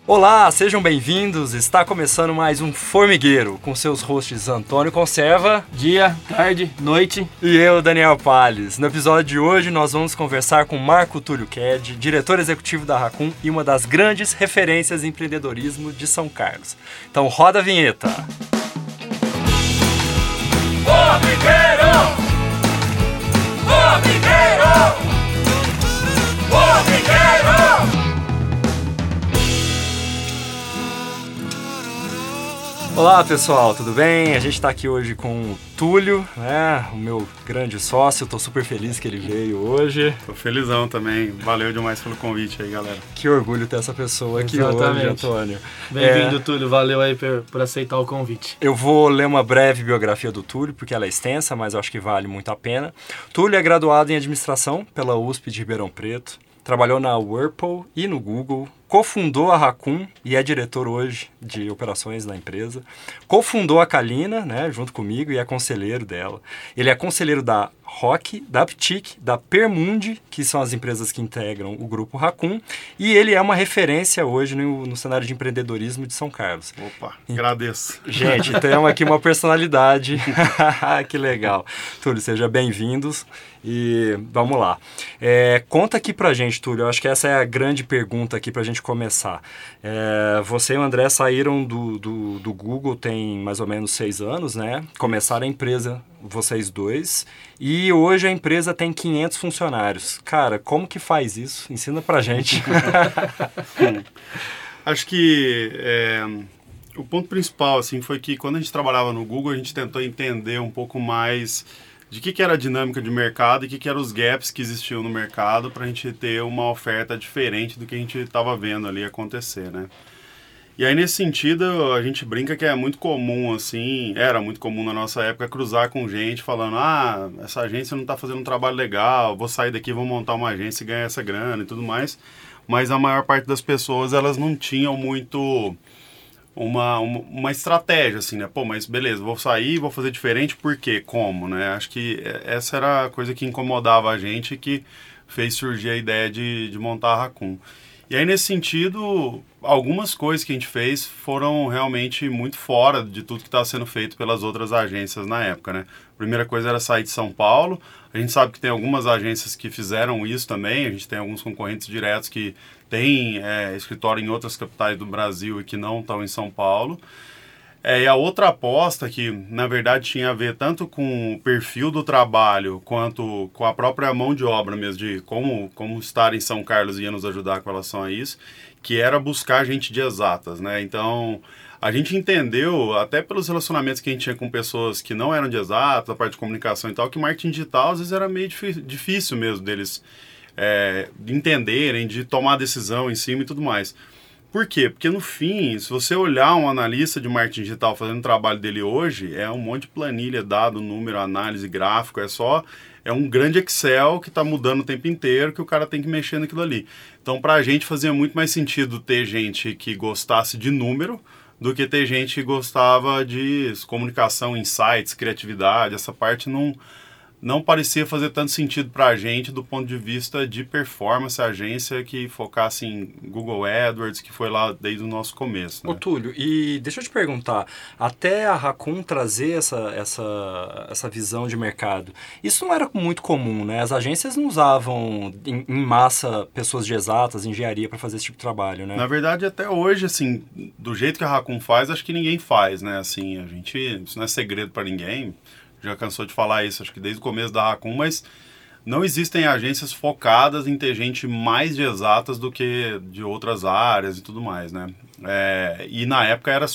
Olá, sejam bem-vindos. Está começando mais um Formigueiro com seus hosts Antônio Conserva, dia, tarde, noite e eu, Daniel Palles. No episódio de hoje nós vamos conversar com Marco Túlio Ked, diretor executivo da Raccoon e uma das grandes referências em empreendedorismo de São Carlos. Então roda a vinheta. Formigueiro! Formigueiro! Formigueiro! Olá pessoal, tudo bem? A gente está aqui hoje com o Túlio, né? O meu grande sócio, estou super feliz que ele veio hoje. Tô felizão também, valeu demais pelo convite aí, galera. Que orgulho ter essa pessoa aqui hoje, Antônio. Bem-vindo, Túlio, valeu aí por aceitar o convite. Eu vou ler uma breve biografia do Túlio, porque ela é extensa, mas eu acho que vale muito a pena. Túlio é graduado em administração pela USP de Ribeirão Preto, trabalhou na Whirlpool e no Google, cofundou a Raccoon e é diretor hoje de operações na empresa. Cofundou a Kalina, né, junto comigo, e é conselheiro dela. Ele é conselheiro da Rock, da Aptic, da Permundi, que são as empresas que integram o grupo Raccoon. E ele é uma referência hoje no cenário de empreendedorismo de São Carlos. Opa, agradeço. Gente, temos aqui uma personalidade. Que legal. Túlio, seja bem-vindos. E vamos lá. Conta aqui pra gente, Túlio. Eu acho que essa é a grande pergunta aqui pra gente começar. Você e o André saíram do Google tem mais ou menos 6 anos, né? Começaram a empresa, vocês dois. E hoje a empresa tem 500 funcionários. Cara, como que faz isso? Ensina pra gente. Acho que o ponto principal assim, foi que quando a gente trabalhava no Google, a gente tentou entender um pouco mais de que era a dinâmica de mercado e que eram os gaps que existiam no mercado para a gente ter uma oferta diferente do que a gente estava vendo ali acontecer, né? E aí, nesse sentido, a gente brinca que é muito comum, assim, era muito comum na nossa época, cruzar com gente falando, essa agência não está fazendo um trabalho legal, vou sair daqui, vou montar uma agência e ganhar essa grana e tudo mais. Mas a maior parte das pessoas, elas não tinham muito uma estratégia, assim, né? Pô, mas beleza, vou sair, vou fazer diferente, por quê? Como, né? Acho que essa era a coisa que incomodava a gente e que fez surgir a ideia de montar a Raccoon. E aí, nesse sentido, algumas coisas que a gente fez foram realmente muito fora de tudo que estava sendo feito pelas outras agências na época, né? A primeira coisa era sair de São Paulo. A gente sabe que tem algumas agências que fizeram isso também. A gente tem alguns concorrentes diretos que têm escritório em outras capitais do Brasil e que não estão em São Paulo. E a outra aposta que, na verdade, tinha a ver tanto com o perfil do trabalho quanto com a própria mão de obra mesmo, de como estar em São Carlos ia nos ajudar com relação a isso, que era buscar gente de exatas, né? Então, a gente entendeu, até pelos relacionamentos que a gente tinha com pessoas que não eram de exatas, a parte de comunicação e tal, que marketing digital às vezes era meio difícil mesmo deles de entenderem, de tomar decisão em cima e tudo mais. Por quê? Porque no fim, se você olhar um analista de marketing digital fazendo o trabalho dele hoje, é um monte de planilha, dado, número, análise, gráfico, é um grande Excel que está mudando o tempo inteiro, que o cara tem que mexer naquilo ali. Então, para a gente fazia muito mais sentido ter gente que gostasse de número do que ter gente que gostava de comunicação, insights, criatividade. Essa parte não parecia fazer tanto sentido para a gente do ponto de vista de performance, agência que focasse em Google AdWords, que foi lá desde o nosso começo, né? Ô Túlio, e deixa eu te perguntar, até a Raccoon trazer essa visão de mercado, isso não era muito comum, né? As agências não usavam em massa pessoas de exatas, engenharia para fazer esse tipo de trabalho, né? Na verdade, até hoje, assim, do jeito que a Raccoon faz, acho que ninguém faz, né? Assim, isso não é segredo para ninguém. Já cansou de falar isso, acho que desde o começo da Raccoon, mas não existem agências focadas em ter gente mais de exatas do que de outras áreas e tudo mais, né? E na época era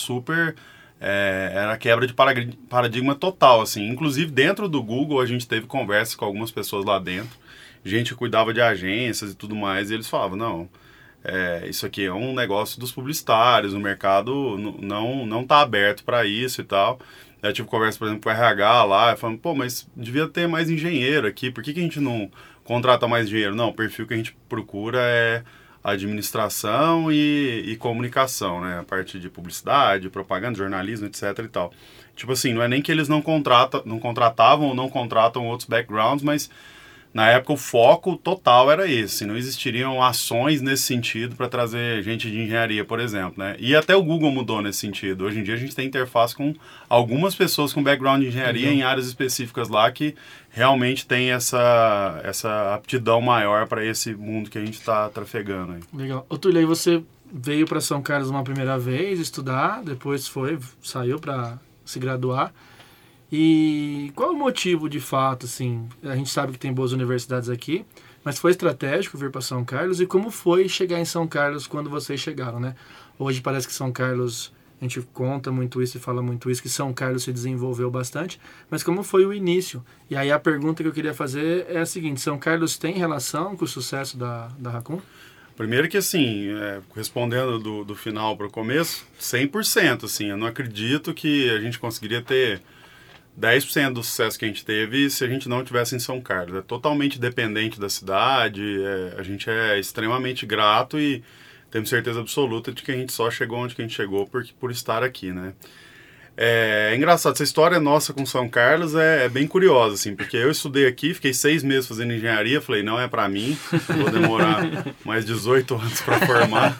era quebra de paradigma total, assim. Inclusive, dentro do Google, a gente teve conversas com algumas pessoas lá dentro, gente que cuidava de agências e tudo mais, e eles falavam, não, isso aqui é um negócio dos publicitários, o mercado não está aberto para isso e tal. Eu tive conversa, por exemplo, com o RH lá, falando, pô, mas devia ter mais engenheiro aqui, por que a gente não contrata mais engenheiro? Não, o perfil que a gente procura é administração e comunicação, né? A parte de publicidade, propaganda, jornalismo, etc e tal. Tipo assim, não é nem que eles não contratavam ou não contratam outros backgrounds, mas Na época, o foco total era esse. Não existiriam ações nesse sentido para trazer gente de engenharia, por exemplo, né? E até o Google mudou nesse sentido. Hoje em dia, a gente tem interface com algumas pessoas com background de engenharia em áreas específicas lá que realmente tem essa aptidão maior para esse mundo que a gente está trafegando aí. Legal. Ô, Túlio, aí você veio para São Carlos uma primeira vez estudar, depois saiu para se graduar. E qual é o motivo, de fato, assim, a gente sabe que tem boas universidades aqui, mas foi estratégico vir para São Carlos, e como foi chegar em São Carlos quando vocês chegaram, né? Hoje parece que São Carlos, a gente conta muito isso e fala muito isso, que São Carlos se desenvolveu bastante, mas como foi o início? E aí a pergunta que eu queria fazer é a seguinte: São Carlos tem relação com o sucesso da Raccoon? Primeiro que, assim, respondendo do final para o começo, 100%, assim, eu não acredito que a gente conseguiria ter 10% do sucesso que a gente teve se a gente não estivesse em São Carlos. É totalmente dependente da cidade, a gente é extremamente grato e temos certeza absoluta de que a gente só chegou onde que a gente chegou por estar aqui, né? É engraçado, essa história nossa com São Carlos é bem curiosa, assim, porque eu estudei aqui, fiquei 6 meses fazendo engenharia, falei, não é pra mim, vou demorar mais 18 anos para formar.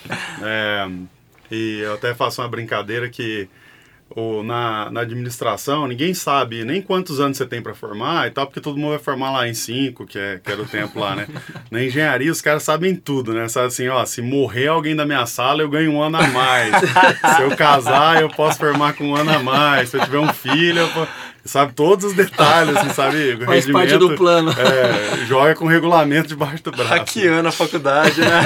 E eu até faço uma brincadeira que na administração, ninguém sabe nem quantos anos você tem para formar e tal, porque todo mundo vai formar lá em 5, que era o tempo lá, né? Na engenharia, os caras sabem tudo, né? Sabe assim, ó, se morrer alguém da minha sala, eu ganho 1 ano a mais. Se eu casar, eu posso formar com 1 ano a mais. Se eu tiver um filho, sabe todos os detalhes, assim, sabe? Faz parte do plano. Joga com regulamento debaixo do braço. Hackeando a faculdade, né?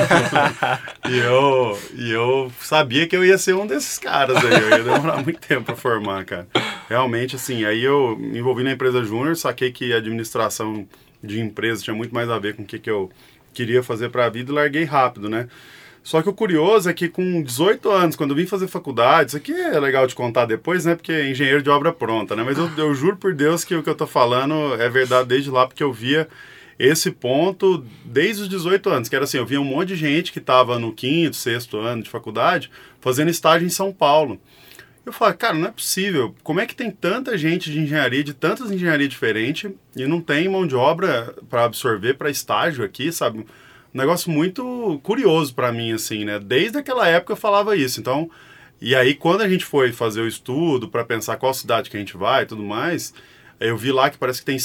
E eu sabia que eu ia ser um desses caras aí. Eu ia demorar muito tempo para formar, cara. Realmente, assim, aí eu me envolvi na empresa júnior, saquei que a administração de empresa tinha muito mais a ver com o que eu queria fazer para a vida e larguei rápido, né? Só que o curioso é que com 18 anos, quando eu vim fazer faculdade, isso aqui é legal de contar depois, né? Porque é engenheiro de obra pronta, né? Mas eu juro por Deus que o que eu tô falando é verdade desde lá, porque eu via esse ponto desde os 18 anos, que era assim, eu via um monte de gente que estava no 5º, 6º ano de faculdade fazendo estágio em São Paulo. Eu falei, cara, não é possível. Como é que tem tanta gente de engenharia, de tantas engenharias diferentes, e não tem mão de obra para absorver para estágio aqui, sabe? Um negócio muito curioso para mim, assim, né? Desde aquela época eu falava isso. Então, e aí quando a gente foi fazer o estudo para pensar qual cidade que a gente vai e tudo mais, eu vi lá que parece que tem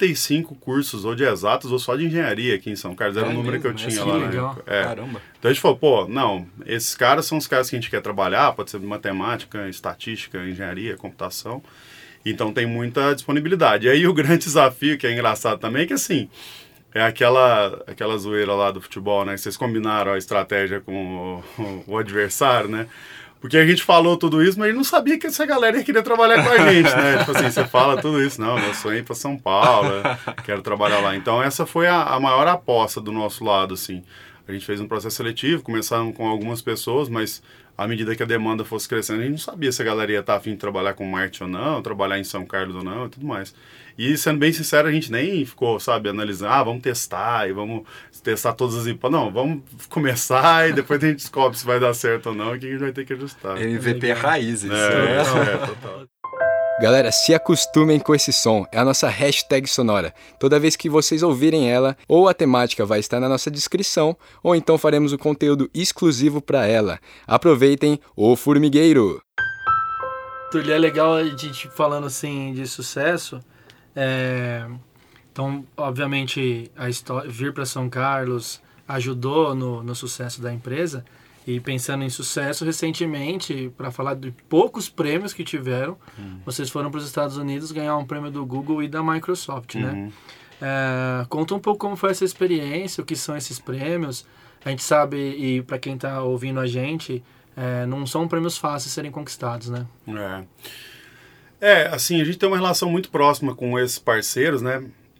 55 cursos ou de exatas ou só de engenharia aqui em São Carlos. Era o número que eu tinha lá na época. Caramba. Então a gente falou, pô, não, esses caras são os caras que a gente quer trabalhar, pode ser matemática, estatística, engenharia, computação. Então tem muita disponibilidade. E aí o grande desafio, que é engraçado também, é que assim, é aquela zoeira lá do futebol, né? Vocês combinaram a estratégia com o adversário, né? Porque a gente falou tudo isso, mas a gente não sabia que essa galera ia querer trabalhar com a gente, né? Tipo assim, você fala tudo isso, não, meu sonho é ir pra São Paulo, quero trabalhar lá. Então essa foi a maior aposta do nosso lado, assim. A gente fez um processo seletivo, começamos com algumas pessoas, mas à medida que a demanda fosse crescendo, a gente não sabia se a galera ia estar a fim de trabalhar com marketing ou não, trabalhar em São Carlos ou não e tudo mais. E, sendo bem sincero, a gente nem ficou, sabe, analisando, vamos testar e vamos testar todas as hipóteses. Não, vamos começar e depois a gente descobre se vai dar certo ou não e que a gente vai ter que ajustar. MVP raízes. Total. Galera, se acostumem com esse som, é a nossa hashtag sonora. Toda vez que vocês ouvirem ela, ou a temática vai estar na nossa descrição, ou então faremos o conteúdo exclusivo para ela. Aproveitem o formigueiro! Túlio, é legal a gente falando assim de sucesso. Então, obviamente, a história, vir para São Carlos ajudou no sucesso da empresa. E pensando em sucesso, recentemente, para falar de poucos prêmios que tiveram, vocês foram para os Estados Unidos ganhar um prêmio do Google e da Microsoft, né? Conta um pouco como foi essa experiência, o que são esses prêmios. A gente sabe, e para quem está ouvindo a gente, não são prêmios fáceis de serem conquistados, né? Assim, a gente tem uma relação muito próxima com esses parceiros, né?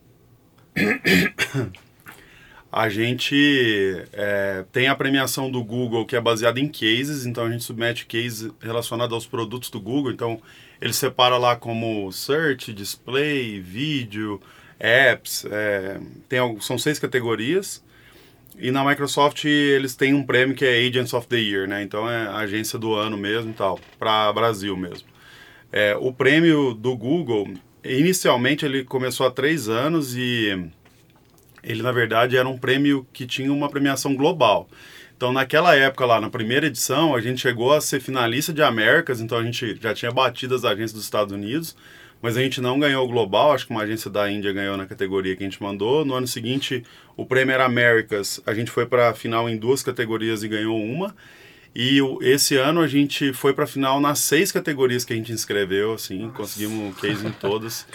A gente tem a premiação do Google, que é baseada em cases, então a gente submete cases relacionados aos produtos do Google, então ele separa lá como Search, Display, Vídeo, Apps, são 6 categorias, e na Microsoft eles têm um prêmio que é Agents of the Year, né? Então é a agência do ano mesmo e tal, para Brasil mesmo. O prêmio do Google, inicialmente ele começou há 3 anos e ele na verdade era um prêmio que tinha uma premiação global. Então naquela época lá, na primeira edição, a gente chegou a ser finalista de Américas, então a gente já tinha batido as agências dos Estados Unidos, mas a gente não ganhou o global, acho que uma agência da Índia ganhou na categoria que a gente mandou. No ano seguinte, o prêmio era Américas, a gente foi para a final em 2 categorias e ganhou uma. E esse ano a gente foi para a final nas 6 categorias que a gente inscreveu, assim, conseguimos case em todas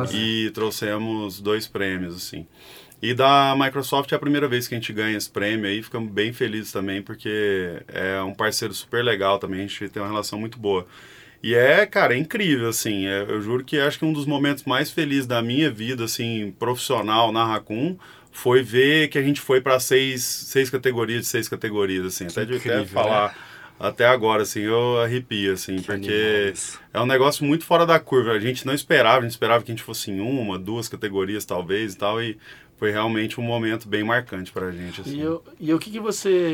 e trouxemos 2 prêmios, assim. E da Microsoft é a primeira vez que a gente ganha esse prêmio aí, ficamos bem felizes também, porque é um parceiro super legal também, a gente tem uma relação muito boa. E cara, é incrível, assim, eu juro que acho que um dos momentos mais felizes da minha vida, assim, profissional na Raccoon, foi ver que a gente foi para 6 categorias de 6 categorias, assim, até de falar... Né? Até agora, assim, eu arrepio, assim, que porque é um negócio muito fora da curva. A gente não esperava, a gente esperava que a gente fosse em 1, 2 categorias, talvez, e tal, e foi realmente um momento bem marcante pra gente, assim. E o que você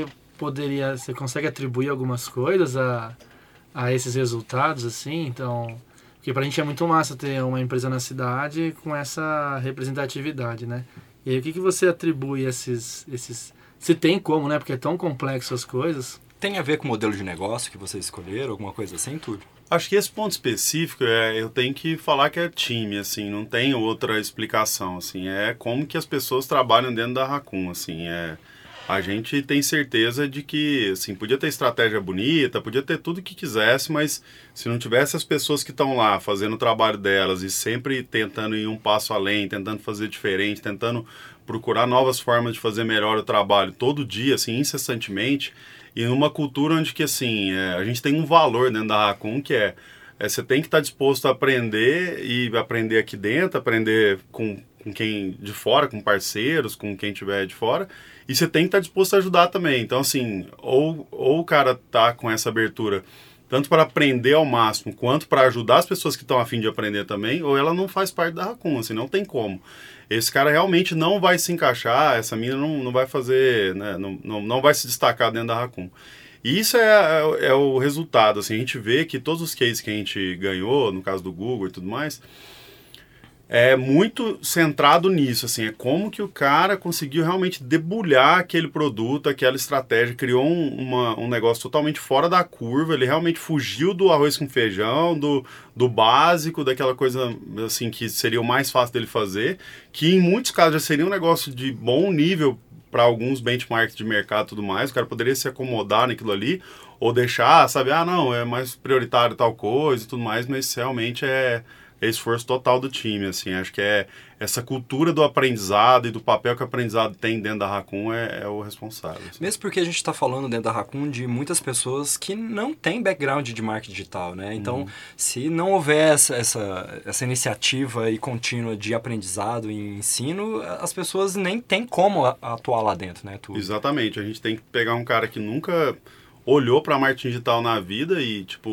consegue atribuir algumas coisas a esses resultados, assim? Então, porque pra gente é muito massa ter uma empresa na cidade com essa representatividade, né? E aí, o que você atribui esses... Se tem como, né? Porque é tão complexo as coisas... Tem a ver com o modelo de negócio que vocês escolheram, alguma coisa assim, Túlio? Acho que esse ponto específico, eu tenho que falar que é time, assim, não tem outra explicação, assim, é como que as pessoas trabalham dentro da Raccoon, assim, a gente tem certeza de que, assim, podia ter estratégia bonita, podia ter tudo que quisesse, mas se não tivesse as pessoas que estão lá fazendo o trabalho delas e sempre tentando ir um passo além, tentando fazer diferente, tentando procurar novas formas de fazer melhor o trabalho todo dia, assim, incessantemente, e numa cultura onde que, assim, a gente tem um valor dentro da Raccoon que você tem que estar disposto a aprender e aprender aqui dentro, aprender com quem de fora, com parceiros, com quem tiver de fora, e você tem que estar disposto a ajudar também. Então, assim, ou o cara tá com essa abertura tanto para aprender ao máximo, quanto para ajudar as pessoas que estão a fim de aprender também, ou ela não faz parte da Raccoon, assim, não tem como. Esse cara realmente não vai se encaixar, essa mina não vai fazer, né, não vai se destacar dentro da Raccoon. E isso é o resultado, assim, a gente vê que todos os cases que a gente ganhou, no caso do Google e tudo mais, é muito centrado nisso, assim, é como que o cara conseguiu realmente debulhar aquele produto, aquela estratégia, criou um negócio totalmente fora da curva, ele realmente fugiu do arroz com feijão, do básico, daquela coisa, assim, que seria o mais fácil dele fazer, que em muitos casos já seria um negócio de bom nível para alguns benchmarks de mercado e tudo mais, o cara poderia se acomodar naquilo ali, ou deixar, sabe, não, é mais prioritário tal coisa e tudo mais, mas realmente é esforço total do time, assim, acho que essa cultura do aprendizado e do papel que o aprendizado tem dentro da Raccoon é o responsável. Assim. Mesmo porque a gente está falando dentro da Raccoon de muitas pessoas que não têm background de marketing digital, né? Então, se não houver essa iniciativa e contínua de aprendizado e ensino, as pessoas nem têm como atuar lá dentro, né? Exatamente, a gente tem que pegar um cara que nunca olhou para marketing digital na vida e, tipo,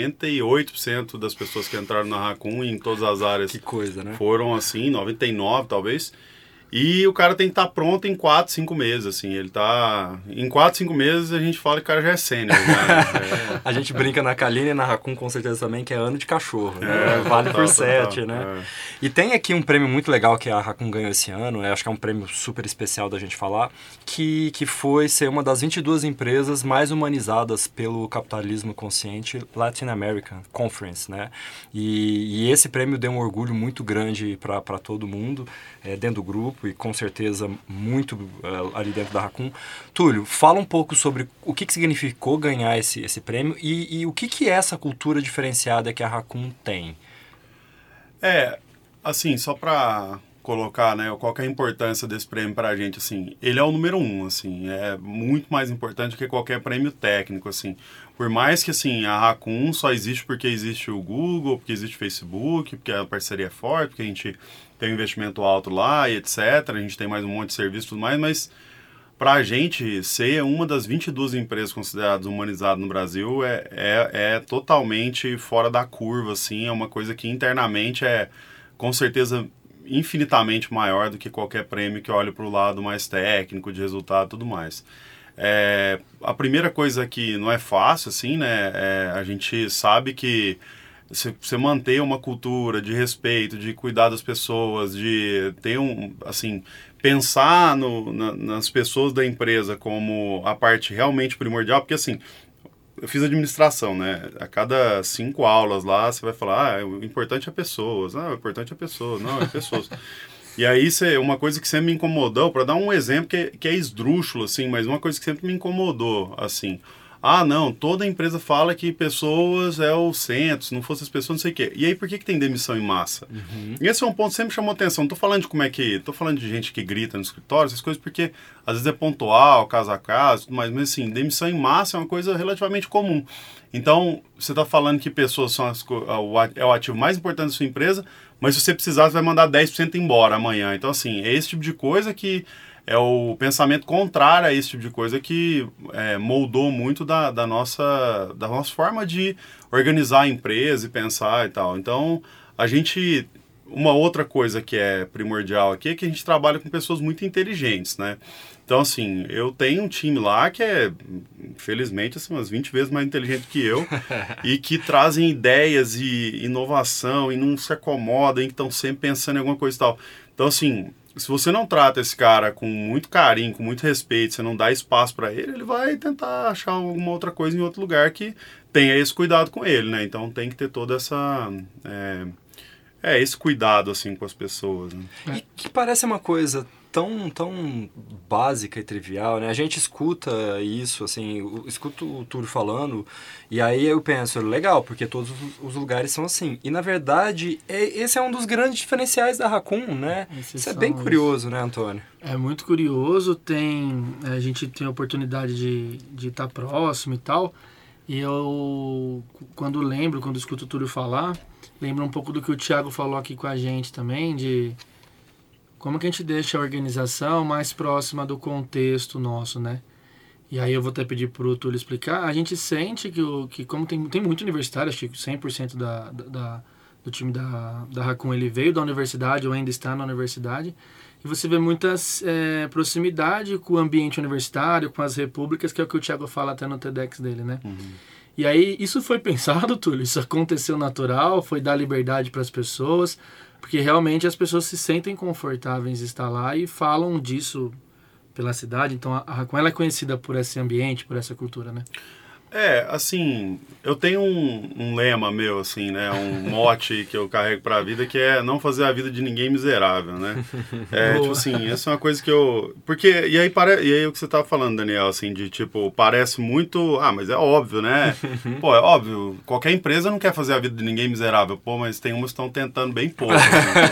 98% das pessoas que entraram na Raccoon em todas as áreas que coisa, né? Foram assim, 99% talvez. E o cara tem que estar pronto em 4, 5 meses, assim. Ele tá... Em 4, 5 meses a gente fala que o cara já é sênior. Né? A gente brinca na Kaline e na Raccoon com certeza também que é ano de cachorro. Né? Vale por 7, né? E tem aqui um prêmio muito legal que a Raccoon ganhou esse ano. Acho que é um prêmio super especial da gente falar. Que foi ser uma das 22 empresas mais humanizadas pelo capitalismo consciente Latin American Conference, né? E esse prêmio deu um orgulho muito grande para todo mundo dentro do grupo. E com certeza muito ali dentro da Raccoon. Túlio, fala um pouco sobre o que significou ganhar esse prêmio e o que é essa cultura diferenciada que a Raccoon tem. Assim, só para colocar, né, qual que é a importância desse prêmio para a gente, assim, ele é o número 1, assim, é muito mais importante que qualquer prêmio técnico, assim. Por mais que, assim, a Raccoon só existe porque existe o Google, porque existe o Facebook, porque a parceria é forte, porque a gente tem um investimento alto lá e etc. A gente tem mais um monte de serviço e tudo mais, mas para a gente ser uma das 22 empresas consideradas humanizadas no Brasil é totalmente fora da curva, assim, é uma coisa que internamente com certeza infinitamente maior do que qualquer prêmio que olhe para o lado mais técnico, de resultado e tudo mais. A primeira coisa que não é fácil, assim, né, a gente sabe que você manter uma cultura de respeito, de cuidar das pessoas, de ter assim, pensar nas pessoas da empresa como a parte realmente primordial, porque assim, eu fiz administração, né? A cada 5 aulas lá, você vai falar, o importante é pessoas, o importante é pessoas, não, é pessoas. E aí, uma coisa que sempre me incomodou, para dar um exemplo que é esdrúxulo, assim, mas uma coisa que sempre me incomodou, assim, não, toda empresa fala que pessoas é o centro, se não fosse as pessoas, não sei o quê. E aí, por que tem demissão em massa? E esse é um ponto que sempre chamou atenção. Não tô falando de tô falando de gente que grita no escritório, essas coisas, porque às vezes é pontual, caso a caso, tudo mais, mas assim, demissão em massa é uma coisa relativamente comum. Então, você está falando que pessoas são é o ativo mais importante da sua empresa, mas se você precisar, você vai mandar 10% embora amanhã. Então, assim, é esse tipo de coisa que é o pensamento contrário a esse tipo de coisa que moldou muito da nossa forma de organizar a empresa e pensar e tal. Então, uma outra coisa que é primordial aqui é que a gente trabalha com pessoas muito inteligentes, né? Então, assim, eu tenho um time lá que é, infelizmente, assim, umas 20 vezes mais inteligente que eu e que trazem ideias e inovação e não se acomodam e estão sempre pensando em alguma coisa e tal. Então, assim, se você não trata esse cara com muito carinho, com muito respeito, você não dá espaço para ele, ele vai tentar achar alguma outra coisa em outro lugar que tenha esse cuidado com ele, né? Então, tem que ter toda essa... esse cuidado, assim, com as pessoas, né? E que parece uma coisa tão básica e trivial, né? A gente escuta isso, assim, escuta o Túlio falando, e aí eu penso, legal, porque todos os lugares são assim. E, na verdade, esse é um dos grandes diferenciais da Raccoon, né? Isso é bem curioso, né, Antônio? É muito curioso, a gente tem a oportunidade de estar próximo e tal, e eu, quando escuto o Túlio falar, lembro um pouco do que o Thiago falou aqui com a gente também, de como que a gente deixa a organização mais próxima do contexto nosso, né? E aí eu vou até pedir para o Túlio explicar. A gente sente que como tem muito universitário, acho que 100% do time da Raccoon, ele veio da universidade ou ainda está na universidade, e você vê muita proximidade com o ambiente universitário, com as repúblicas, que é o que o Thiago fala até no TEDx dele, né? E aí, isso foi pensado, Túlio? Isso aconteceu natural? Foi dar liberdade para as pessoas? Porque realmente as pessoas se sentem confortáveis em estar lá e falam disso pela cidade. Então, a Raccoon ela é conhecida por esse ambiente, por essa cultura, né? Assim, eu tenho um lema meu, assim, né? Um mote que eu carrego pra vida, que é não fazer a vida de ninguém miserável, né? Tipo assim, essa é uma coisa que eu... Porque, e aí o que você tava falando, Daniel, assim, de tipo, parece muito... mas é óbvio, né? Pô, é óbvio, qualquer empresa não quer fazer a vida de ninguém miserável, pô, mas tem umas que estão tentando bem pouco, assim,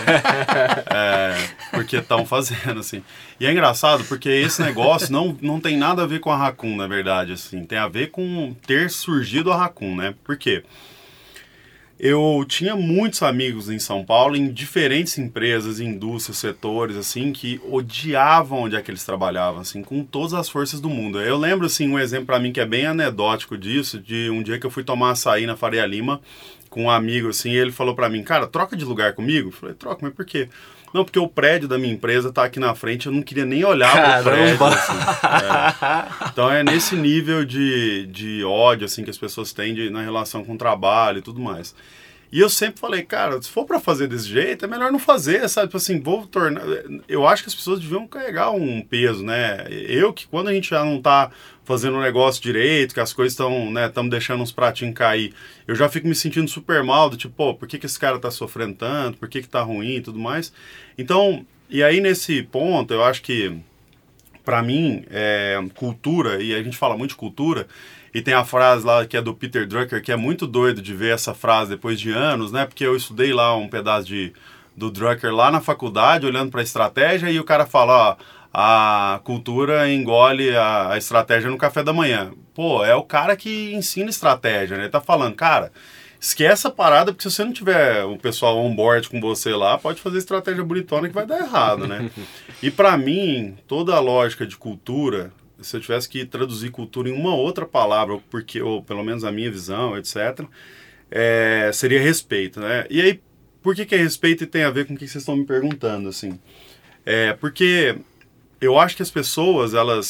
porque estão fazendo, assim. E é engraçado, porque esse negócio não tem nada a ver com a Raccoon, na verdade, assim, tem a ver com ter surgido a Raccoon, né? Por quê? Eu tinha muitos amigos em São Paulo, em diferentes empresas, indústrias, setores, assim, que odiavam onde é que eles trabalhavam, assim, com todas as forças do mundo. Eu lembro, assim, um exemplo para mim que é bem anedótico disso, de um dia que eu fui tomar açaí na Faria Lima com um amigo, assim, e ele falou para mim, cara, troca de lugar comigo? Eu falei, troca, mas por quê? Não, porque o prédio da minha empresa tá aqui na frente, eu não queria nem olhar pro prédio, assim. Então é nesse nível de ódio, assim, que as pessoas têm na relação com o trabalho e tudo mais. E eu sempre falei, cara, se for pra fazer desse jeito, é melhor não fazer, sabe? Tipo assim, eu acho que as pessoas deviam carregar um peso, né? Que quando a gente já não tá fazendo o negócio direito, que as coisas estão, né, estamos deixando uns pratinhos cair, eu já fico me sentindo super mal, do tipo, pô, por que esse cara tá sofrendo tanto, por que tá ruim e tudo mais. Então, e aí nesse ponto, eu acho que, pra mim, cultura, e a gente fala muito de cultura, e tem a frase lá que é do Peter Drucker, que é muito doido de ver essa frase depois de anos, né, porque eu estudei lá um pedaço do Drucker lá na faculdade, olhando pra estratégia, e o cara fala, ó, a cultura engole a estratégia no café da manhã. Pô, é o cara que ensina estratégia, né? Ele tá falando, cara, esquece a parada, porque se você não tiver o pessoal on board com você lá, pode fazer estratégia bonitona que vai dar errado, né? E pra mim, toda a lógica de cultura, se eu tivesse que traduzir cultura em uma outra palavra, porque, ou pelo menos a minha visão, etc., seria respeito, né? E aí, por que é respeito e tem a ver com o que vocês estão me perguntando, assim? Porque... eu acho que as pessoas, elas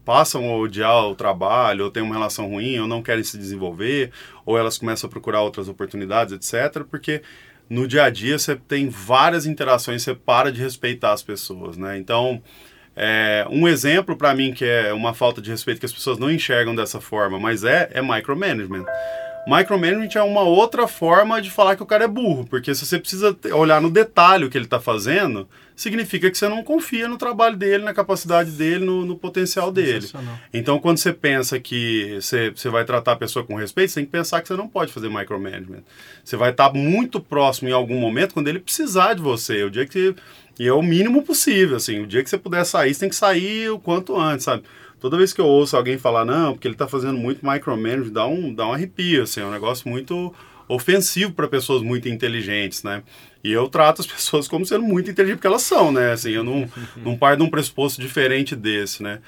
passam a odiar o trabalho, ou têm uma relação ruim, ou não querem se desenvolver, ou elas começam a procurar outras oportunidades, etc. Porque no dia a dia você tem várias interações, você para de respeitar as pessoas, né? Então, um exemplo para mim que é uma falta de respeito que as pessoas não enxergam dessa forma, mas é micromanagement. Micromanagement é uma outra forma de falar que o cara é burro, porque se você precisa olhar no detalhe o que ele está fazendo, significa que você não confia no trabalho dele, na capacidade dele, no potencial dele. Então, quando você pensa que você vai tratar a pessoa com respeito, você tem que pensar que você não pode fazer micromanagement. Você vai estar muito próximo em algum momento quando ele precisar de você. O dia que e é o mínimo possível, assim. O dia que você puder sair, você tem que sair o quanto antes, sabe? Toda vez que eu ouço alguém falar, não, porque ele está fazendo muito micromanagement, dá um arrepio, assim. É um negócio muito ofensivo para pessoas muito inteligentes, né? E eu trato as pessoas como sendo muito inteligentes, porque elas são, né? Assim, eu não parto de um pressuposto diferente desse, né?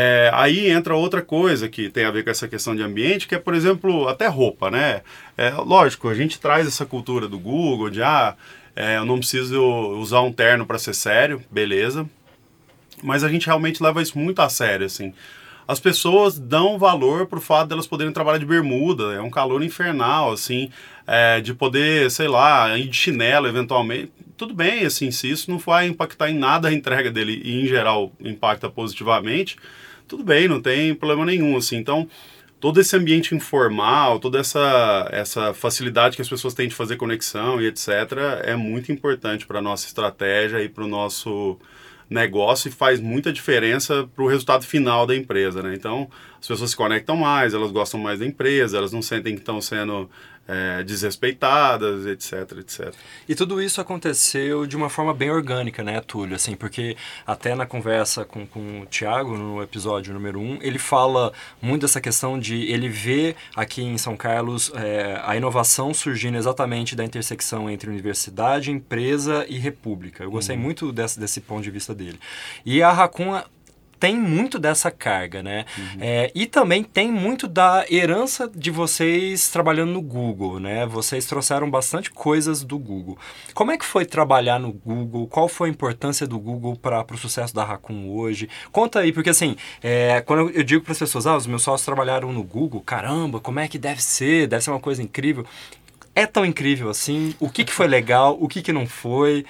Aí entra outra coisa que tem a ver com essa questão de ambiente, que é, por exemplo, até roupa, né? Lógico, a gente traz essa cultura do Google de, eu não preciso usar um terno para ser sério, beleza. Mas a gente realmente leva isso muito a sério, assim. As pessoas dão valor pro fato delas poderem trabalhar de bermuda, é um calor infernal, assim, de poder, sei lá, ir de chinelo eventualmente. Tudo bem, assim, se isso não vai impactar em nada a entrega dele e, em geral, impacta positivamente, tudo bem, não tem problema nenhum, assim. Então, todo esse ambiente informal, toda essa facilidade que as pessoas têm de fazer conexão e etc. é muito importante para a nossa estratégia e para o nosso negócio e faz muita diferença para o resultado final da empresa, né? Então, as pessoas se conectam mais, elas gostam mais da empresa, elas não sentem que estão sendo desrespeitadas, etc, etc. E tudo isso aconteceu de uma forma bem orgânica, né, Túlio? Assim, porque até na conversa com o Thiago, no episódio número 1, ele fala muito dessa questão de ele ver aqui em São Carlos a inovação surgindo exatamente da intersecção entre universidade, empresa e república. Eu gostei muito desse ponto de vista dele. E a Raccoon tem muito dessa carga, né? E também tem muito da herança de vocês trabalhando no Google, né? Vocês trouxeram bastante coisas do Google. Como é que foi trabalhar no Google? Qual foi a importância do Google para o sucesso da Raccoon hoje? Conta aí, porque assim, quando eu digo para as pessoas, os meus sócios trabalharam no Google, caramba, como é que deve ser? Deve ser uma coisa incrível. É tão incrível assim? O que foi legal? O que não foi?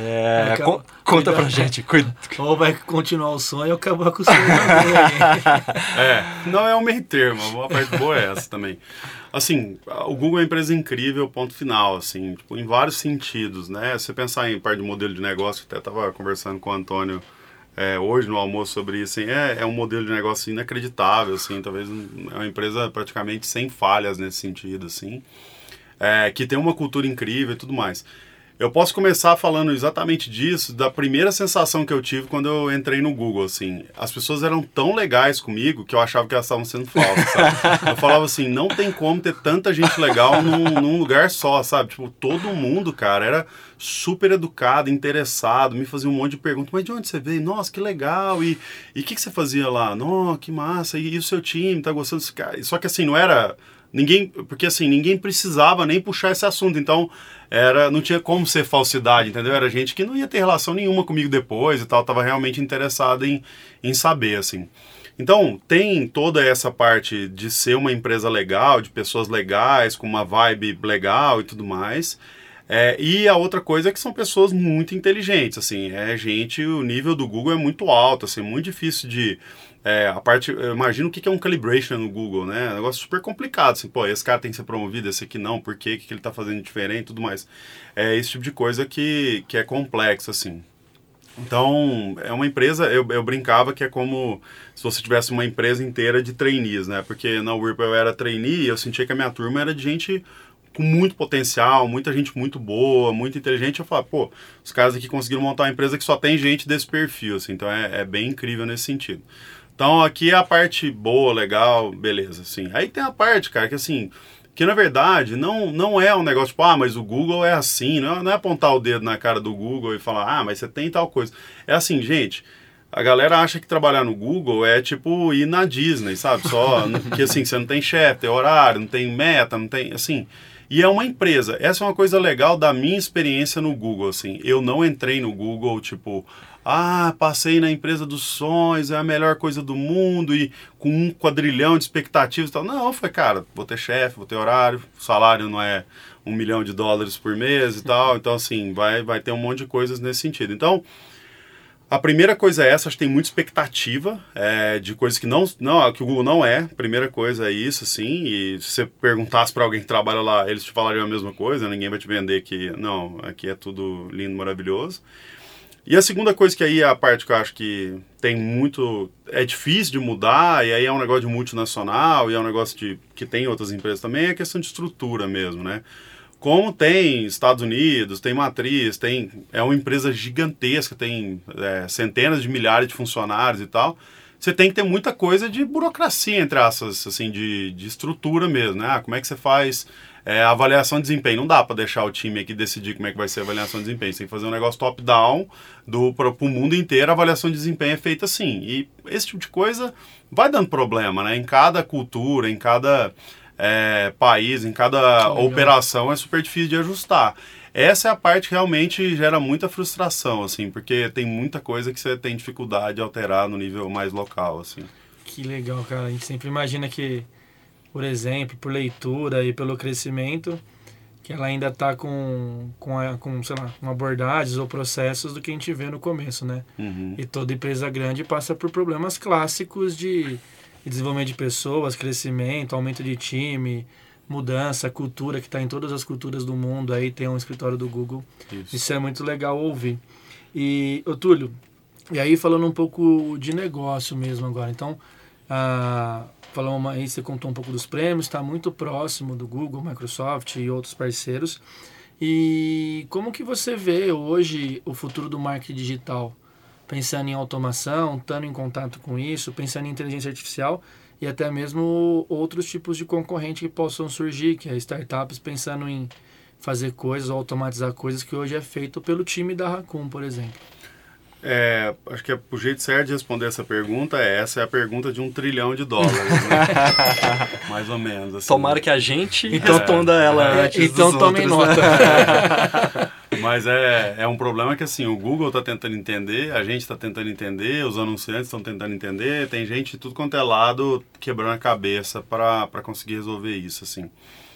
Conta pra gente. Ou vai continuar o sonho ou acabar com o sonho também. Não é um meio termo. Uma parte boa é essa também. Assim, o Google é uma empresa incrível, ponto final, assim, tipo, em vários sentidos, né? Se você pensar em parte de modelo de negócio, até estava conversando com o Antônio hoje no almoço sobre isso, assim, é um modelo de negócio inacreditável, assim, talvez é uma empresa praticamente sem falhas nesse sentido, assim. Que tem uma cultura incrível e tudo mais. Eu posso começar falando exatamente disso, da primeira sensação que eu tive quando eu entrei no Google, assim. As pessoas eram tão legais comigo que eu achava que elas estavam sendo falsas, sabe? Eu falava assim, não tem como ter tanta gente legal num lugar só, sabe? Tipo, todo mundo, cara, era super educado, interessado, me fazia um monte de perguntas. Mas de onde você veio? Nossa, que legal! E o que você fazia lá? Nossa, que massa! E o seu time? Tá gostando desse cara? Só que assim, não era... Porque assim, ninguém precisava nem puxar esse assunto, então não tinha como ser falsidade, entendeu? Era gente que não ia ter relação nenhuma comigo depois e tal, tava realmente interessado em saber, assim. Então, tem toda essa parte de ser uma empresa legal, de pessoas legais, com uma vibe legal e tudo mais. E a outra coisa é que são pessoas muito inteligentes, assim, o nível do Google é muito alto, assim, muito difícil de... eu imagino o que é um calibration no Google, né? É um negócio super complicado, assim, esse cara tem que ser promovido, esse aqui não, por quê? O que ele tá fazendo diferente e tudo mais. Esse tipo de coisa que é complexo, assim. Então, é uma empresa, eu brincava que é como se você tivesse uma empresa inteira de trainees, né? Porque na Whirlpool eu era trainee e eu sentia que a minha turma era de gente com muito potencial, muita gente muito boa, muito inteligente. Eu falava, os caras aqui conseguiram montar uma empresa que só tem gente desse perfil, assim, então é bem incrível nesse sentido. Então aqui é a parte boa, legal, beleza, assim. Aí tem a parte, cara, que assim, que na verdade não é um negócio tipo, mas o Google é assim, não é apontar o dedo na cara do Google e falar, mas você tem tal coisa. É assim, gente, a galera acha que trabalhar no Google é tipo ir na Disney, sabe? Só que assim, você não tem chefe, tem horário, não tem meta, não tem, assim... E é uma empresa. Essa é uma coisa legal da minha experiência no Google, assim. Eu não entrei no Google, tipo, passei na empresa dos sonhos, é a melhor coisa do mundo, e com 1 quadrilhão de expectativas e tal. Não, foi, cara, vou ter chefe, vou ter horário, o salário não é $1 milhão por mês e tal, então assim, vai ter um monte de coisas nesse sentido. Então, a primeira coisa é essa, acho que tem muita expectativa de coisas que que o Google não é. A primeira coisa é isso, assim, e se você perguntasse para alguém que trabalha lá, eles te falariam a mesma coisa, ninguém vai te vender que, não, aqui é tudo lindo, maravilhoso. E a segunda coisa que aí é a parte que eu acho que tem muito... é difícil de mudar, e aí é um negócio de multinacional, e é um negócio que tem outras empresas também, é a questão de estrutura mesmo, né? Como tem Estados Unidos, tem matriz, é uma empresa gigantesca, tem centenas de milhares de funcionários e tal, você tem que ter muita coisa de burocracia, entre aspas, assim, de estrutura mesmo, né? Como é que você faz avaliação de desempenho? Não dá para deixar o time aqui decidir como é que vai ser a avaliação de desempenho, você tem que fazer um negócio top-down para o mundo inteiro, a avaliação de desempenho é feita assim, e esse tipo de coisa vai dando problema, né? Em cada cultura, em cada... país, em cada operação é super difícil de ajustar. Essa é a parte que realmente gera muita frustração, assim, porque tem muita coisa que você tem dificuldade de alterar no nível mais local, assim. Que legal, cara. A gente sempre imagina que, por exemplo, por leitura e pelo crescimento, que ela ainda está com sei lá, com abordagens ou processos do que a gente vê no começo, né? Uhum. E toda empresa grande passa por problemas clássicos de desenvolvimento de pessoas, crescimento, aumento de time, mudança, cultura, que está em todas as culturas do mundo, aí tem um escritório do Google. Isso é muito legal ouvir. E, Túlio, e aí falando um pouco de negócio mesmo agora, então, aí você contou um pouco dos prêmios, está muito próximo do Google, Microsoft e outros parceiros, e como que você vê hoje o futuro do marketing digital? Pensando em automação, estando em contato com isso, pensando em inteligência artificial e até mesmo outros tipos de concorrente que possam surgir, que é startups pensando em fazer coisas ou automatizar coisas que hoje é feito pelo time da Raccoon, por exemplo. Acho que o jeito certo de responder essa pergunta essa é a pergunta de $1 trilhão, né? Mais ou menos. Assim. Tomara que a gente responda ela antes então dos tomem outros, nota. né? Mas é um problema que assim, o Google está tentando entender, a gente está tentando entender, os anunciantes estão tentando entender, tem gente de tudo quanto é lado quebrando a cabeça para conseguir resolver isso, assim.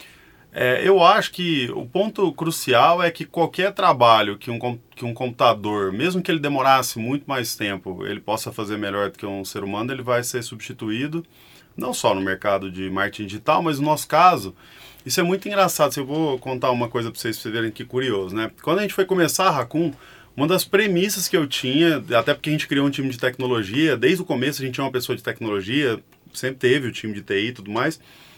Eu acho que o ponto crucial é que qualquer trabalho que um computador, mesmo que ele demorasse muito mais tempo, ele possa fazer melhor do que um ser humano, ele vai ser substituído, não só no mercado de marketing digital, mas no nosso caso, isso é muito engraçado. Eu vou contar uma coisa para vocês verem que curioso, né? Quando a gente foi começar a Raccoon, uma das premissas que eu tinha, até porque a gente criou um time de tecnologia, desde o começo a gente tinha uma pessoa de tecnologia, sempre teve o time de TI e tudo mais.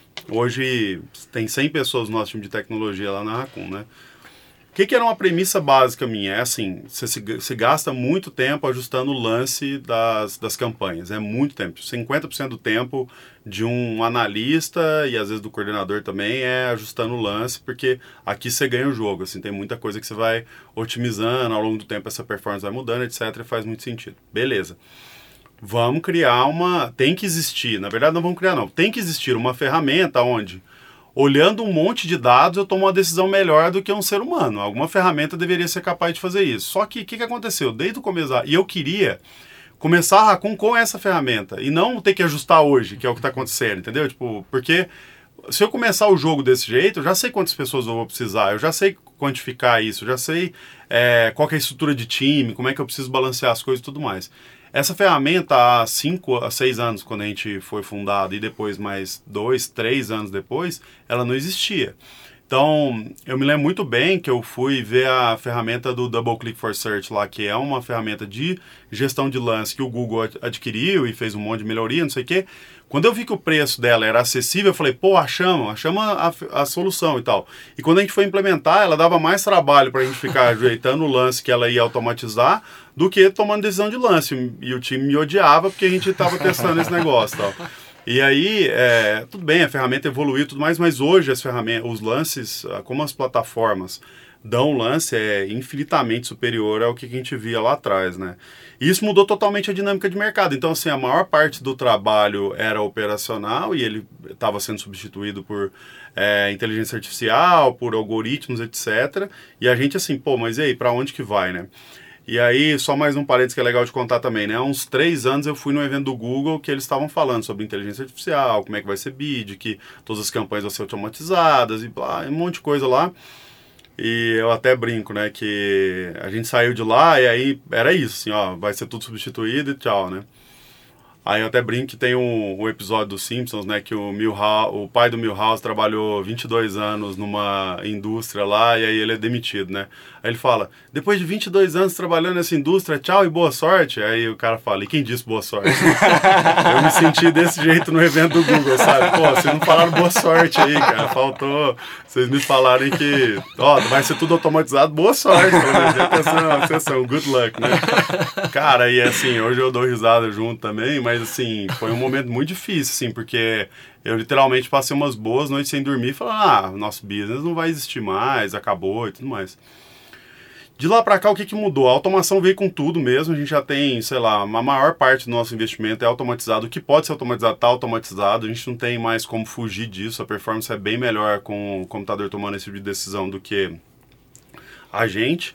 Hoje tem 100 pessoas no nosso time de tecnologia lá na Raccoon, né? O que era uma premissa básica minha? É assim, você gasta muito tempo ajustando o lance das campanhas, é muito tempo. 50% do tempo de um analista e às vezes do coordenador também é ajustando o lance, porque aqui você ganha o jogo, assim, tem muita coisa que você vai otimizando, ao longo do tempo essa performance vai mudando, etc, e faz muito sentido. Beleza. Vamos criar tem que existir, na verdade não vamos criar não, tem que existir uma ferramenta onde, olhando um monte de dados, eu tomo uma decisão melhor do que um ser humano. Alguma ferramenta deveria ser capaz de fazer isso. Só que o que aconteceu? Desde o começo, e eu queria começar a Raccoon com essa ferramenta, e não ter que ajustar hoje, que é o que está acontecendo, entendeu? Porque se eu começar o jogo desse jeito, eu já sei quantas pessoas eu vou precisar, eu já sei quantificar isso, eu já sei qual que é a estrutura de time, como é que eu preciso balancear as coisas e tudo mais. Essa ferramenta, há 5 a 6 anos, quando a gente foi fundado, e depois mais 2, 3 anos depois, ela não existia. Então, eu me lembro muito bem que eu fui ver a ferramenta do Double Click for Search lá, que é uma ferramenta de gestão de lance que o Google adquiriu e fez um monte de melhoria, não sei o quê. Quando eu vi que o preço dela era acessível, eu falei, pô, achamos a solução e tal. E quando a gente foi implementar, ela dava mais trabalho para a gente ficar ajeitando o lance que ela ia automatizar do que tomando decisão de lance. E o time me odiava porque a gente estava testando esse negócio e tal. E aí, tudo bem, a ferramenta evoluiu e tudo mais, mas hoje os lances, como as plataformas dão lance, é infinitamente superior ao que a gente via lá atrás, né? E isso mudou totalmente a dinâmica de mercado. Então, assim, a maior parte do trabalho era operacional e ele estava sendo substituído por inteligência artificial, por algoritmos, etc. E a gente assim, pô, mas e aí, para onde que vai, né? E aí, só mais um parênteses que é legal de contar também, né? Há uns 3 anos eu fui no evento do Google que eles estavam falando sobre inteligência artificial, como é que vai ser BID, que todas as campanhas vão ser automatizadas e blá, um monte de coisa lá. E eu até brinco, né, que a gente saiu de lá e aí era isso, assim, ó, vai ser tudo substituído e tchau, né? Aí eu até brinco que tem um episódio dos Simpsons, né, que o pai do Milhouse trabalhou 22 anos numa indústria lá e aí ele é demitido, né? Aí ele fala, depois de 22 anos trabalhando nessa indústria, tchau e boa sorte. Aí o cara fala, e quem disse boa sorte? Eu me senti desse jeito no evento do Google, sabe? Pô, vocês não falaram boa sorte aí, cara, faltou vocês me falarem que, ó, vai ser tudo automatizado, boa sorte. Sessão, good luck, né? Cara, e assim, hoje eu dou risada junto também, mas assim, foi um momento muito difícil, assim, porque eu literalmente passei umas boas noites sem dormir e falando, nosso business não vai existir mais, acabou e tudo mais. De lá pra cá, o que mudou? A automação veio com tudo mesmo, a gente já tem, sei lá, a maior parte do nosso investimento é automatizado, o que pode ser automatizado está automatizado, a gente não tem mais como fugir disso, a performance é bem melhor com o computador tomando esse tipo de decisão do que a gente.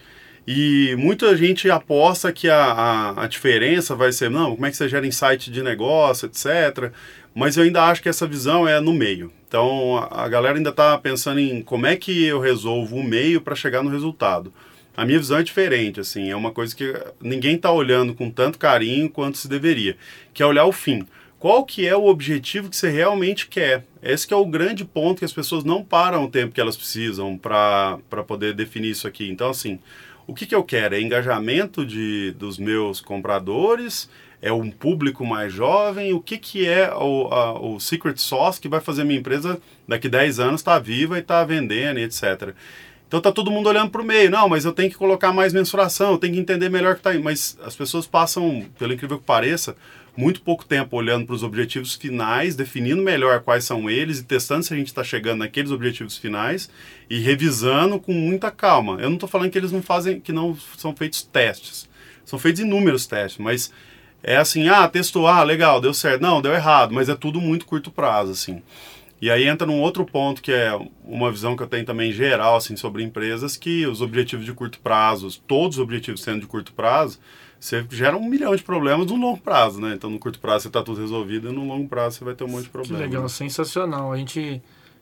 E muita gente aposta que a diferença vai ser, não, como é que você gera insight de negócio, etc. Mas eu ainda acho que essa visão é no meio. Então, a galera ainda está pensando em como é que eu resolvo o meio para chegar no resultado. A minha visão é diferente, assim, é uma coisa que ninguém está olhando com tanto carinho quanto se deveria, que é olhar o fim. Qual que é o objetivo que você realmente quer? Esse que é o grande ponto que as pessoas não param o tempo que elas precisam para poder definir isso aqui. Então, assim, o que eu quero? É engajamento dos meus compradores? É um público mais jovem? O que é o secret sauce que vai fazer a minha empresa daqui 10 anos estar viva e estar vendendo e etc. Então tá todo mundo olhando para o meio. Não, mas eu tenho que colocar mais mensuração, eu tenho que entender melhor o que está aí. Mas as pessoas passam, pelo incrível que pareça, muito pouco tempo olhando para os objetivos finais, definindo melhor quais são eles e testando se a gente está chegando naqueles objetivos finais e revisando com muita calma. Eu não estou falando que eles não fazem, que não são feitos testes. São feitos inúmeros testes, mas é assim, testou, legal, deu certo. Não, deu errado, mas é tudo muito curto prazo, assim. E aí entra num outro ponto que é uma visão que eu tenho também geral assim, sobre empresas, que os objetivos de curto prazo, todos os objetivos sendo de curto prazo, você gera 1 milhão de problemas no longo prazo, né? Então no curto prazo você está tudo resolvido e no longo prazo você vai ter um monte de problemas. Que legal, sensacional. A gente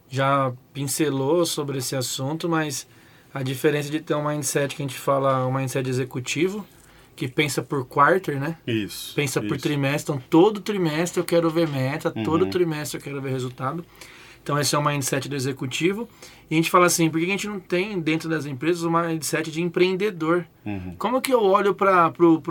já pincelou sobre esse assunto, mas a diferença de ter um mindset que a gente fala, um mindset executivo, que pensa por quarter, né? Isso. Pensa por trimestre. Então, todo trimestre eu quero ver meta, todo trimestre eu quero ver resultado. Então, esse é o mindset do executivo. E a gente fala assim, por que a gente não tem dentro das empresas um mindset de empreendedor? Como que eu olho para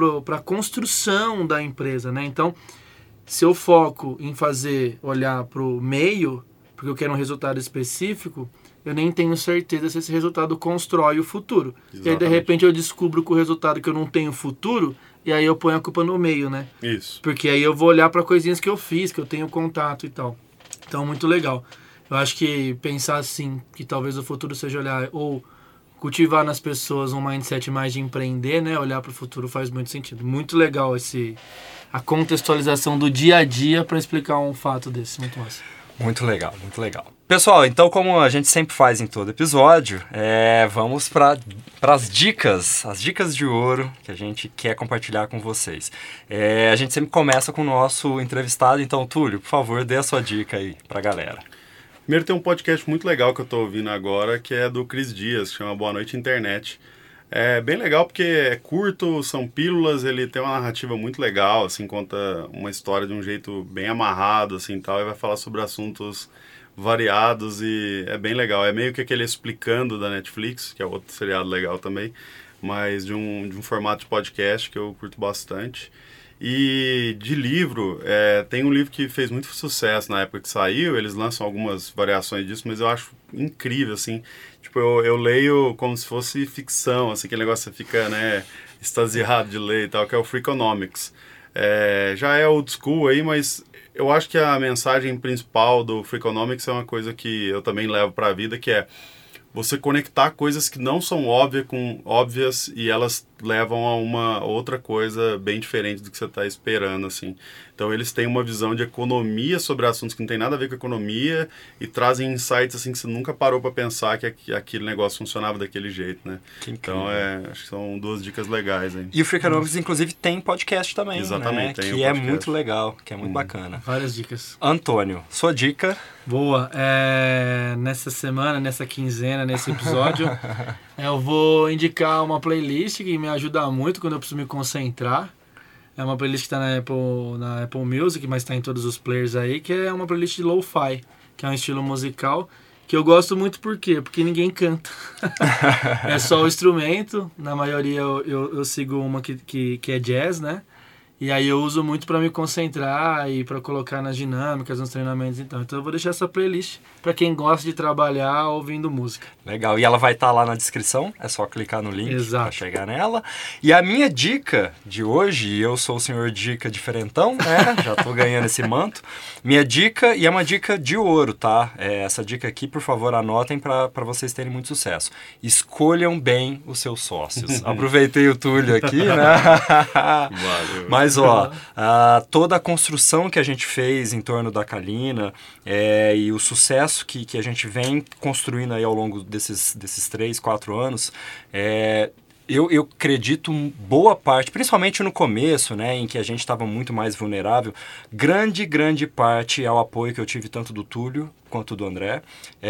a construção da empresa, né? Então, se eu foco em olhar para o meio, porque eu quero um resultado específico, eu nem tenho certeza se esse resultado constrói o futuro. Exatamente. E aí, de repente, eu descubro que o resultado que eu não tenho futuro, e aí eu ponho a culpa no meio, né? Isso. Porque aí eu vou olhar para coisinhas que eu fiz, que eu tenho contato e tal. Então, muito legal. Eu acho que pensar assim, que talvez o futuro seja olhar, ou cultivar nas pessoas um mindset mais de empreender, né? Olhar para o futuro faz muito sentido. Muito legal a contextualização do dia a dia para explicar um fato desse. Muito massa. Muito legal, muito legal. Pessoal, então como a gente sempre faz em todo episódio, vamos para as dicas de ouro que a gente quer compartilhar com vocês. A gente sempre começa com o nosso entrevistado, então Túlio, por favor, dê a sua dica aí para a galera. Primeiro tem um podcast muito legal que eu estou ouvindo agora, que é do Cris Dias, que chama Boa Noite Internet. É bem legal porque é curto, são pílulas, ele tem uma narrativa muito legal, assim, conta uma história de um jeito bem amarrado, assim, tal, e vai falar sobre assuntos variados e é bem legal. É meio que aquele Explicando da Netflix, que é outro seriado legal também, mas de um formato de podcast que eu curto bastante. E de livro, tem um livro que fez muito sucesso na época que saiu, eles lançam algumas variações disso, mas eu acho incrível, assim, tipo, eu leio como se fosse ficção, assim, aquele negócio que você fica, né, extasiado de ler e tal, que é o Freakonomics. Já é old school aí, mas eu acho que a mensagem principal do Freakonomics é uma coisa que eu também levo para a vida, que é você conectar coisas que não são óbvias e elas levam a uma outra coisa bem diferente do que você está esperando, assim. Então eles têm uma visão de economia sobre assuntos que não tem nada a ver com economia e trazem insights assim que você nunca parou para pensar que aquele negócio funcionava daquele jeito, né? Então acho que são 2 dicas legais aí. E o Freakonomics, inclusive, tem podcast também, exatamente, né? tem que é muito legal, que é muito bacana. Várias dicas. Antônio, sua dica? Boa. Nessa semana, nessa quinzena, nesse episódio, eu vou indicar uma playlist que me ajuda muito quando eu preciso me concentrar. É uma playlist que está na Apple Music, mas está em todos os players aí, que é uma playlist de lo-fi, que é um estilo musical que eu gosto muito. Por quê? Porque ninguém canta. É só o instrumento. Na maioria eu sigo uma que é jazz, né? E aí eu uso muito para me concentrar e para colocar nas dinâmicas, nos treinamentos. Então eu vou deixar essa playlist para quem gosta de trabalhar ouvindo música. Legal. E ela vai estar lá na descrição. É só clicar no link para chegar nela. E a minha dica de hoje, eu sou o senhor dica diferentão, né? Já tô ganhando esse manto. Minha dica, e é uma dica de ouro, tá? Essa dica aqui, por favor, anotem para vocês terem muito sucesso. Escolham bem os seus sócios. Aproveitei o Túlio aqui, né? Valeu. Mas, toda a construção que a gente fez em torno da Kalina e o sucesso que a gente vem construindo aí ao longo desses 3, 4 anos, eu acredito boa parte, principalmente no começo, né, em que a gente estava muito mais vulnerável, grande parte ao apoio que eu tive tanto do Túlio quanto do André,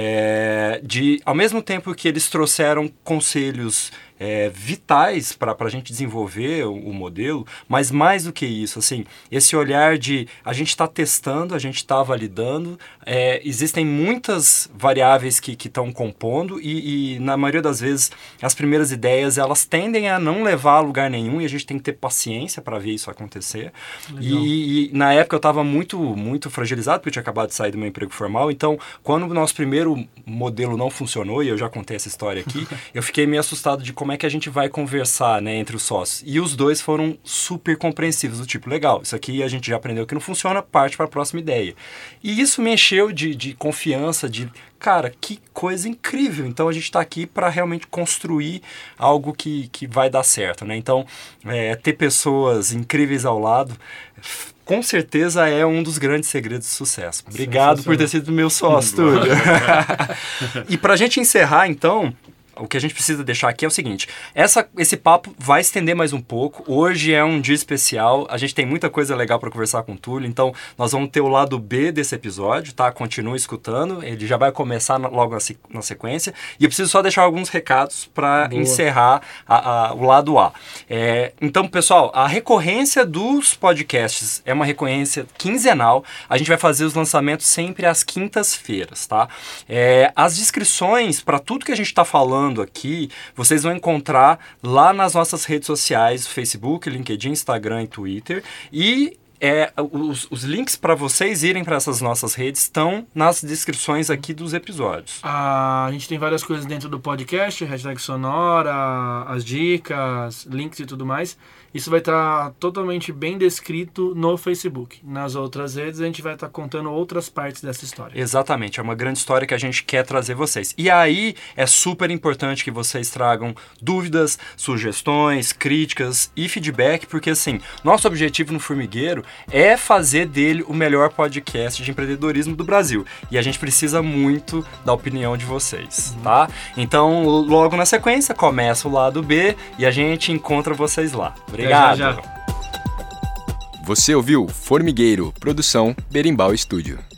ao mesmo tempo que eles trouxeram conselhos vitais para a gente desenvolver o modelo, mas mais do que isso, assim, esse olhar de a gente está testando, a gente está validando, existem muitas variáveis que estão compondo e na maioria das vezes as primeiras ideias elas tendem a não levar a lugar nenhum e a gente tem que ter paciência para ver isso acontecer. E na época eu estava muito fragilizado porque eu tinha acabado de sair do meu emprego formal, então quando o nosso primeiro modelo não funcionou, e eu já contei essa história aqui, eu fiquei meio assustado de como é que a gente vai conversar, né, entre os sócios. E os dois foram super compreensivos, do tipo, legal, isso aqui a gente já aprendeu que não funciona, parte para a próxima ideia. E isso me encheu de confiança, de, cara, que coisa incrível. Então a gente está aqui para realmente construir algo que vai dar certo, né? Então, ter pessoas incríveis ao lado, com certeza é um dos grandes segredos de sucesso. Obrigado por ter sido meu sócio, Túlio. E para a gente encerrar, então, o que a gente precisa deixar aqui é o seguinte, esse papo vai estender mais um pouco, hoje é um dia especial, a gente tem muita coisa legal para conversar com o Túlio, então nós vamos ter o lado B desse episódio, tá? Continue escutando, ele já vai começar logo na sequência, e eu preciso só deixar alguns recados para encerrar o lado A. Então, pessoal, a recorrência dos podcasts é uma recorrência quinzenal, a gente vai fazer os lançamentos sempre às quintas-feiras, tá? As descrições para tudo que a gente está falando aqui, vocês vão encontrar lá nas nossas redes sociais, Facebook, LinkedIn, Instagram e Twitter, e os links para vocês irem para essas nossas redes estão nas descrições aqui dos episódios. A gente tem várias coisas dentro do podcast, hashtag sonora, as dicas, links e tudo mais. Isso vai estar totalmente bem descrito no Facebook. Nas outras redes a gente vai estar contando outras partes dessa história. Exatamente, é uma grande história que a gente quer trazer vocês. E aí é super importante que vocês tragam dúvidas, sugestões, críticas e feedback, porque assim, nosso objetivo no Formigueiro é fazer dele o melhor podcast de empreendedorismo do Brasil. E a gente precisa muito da opinião de vocês, tá? Então, logo na sequência, começa o lado B e a gente encontra vocês lá. Obrigado. Já. Você ouviu Formigueiro, produção Berimbau Estúdio.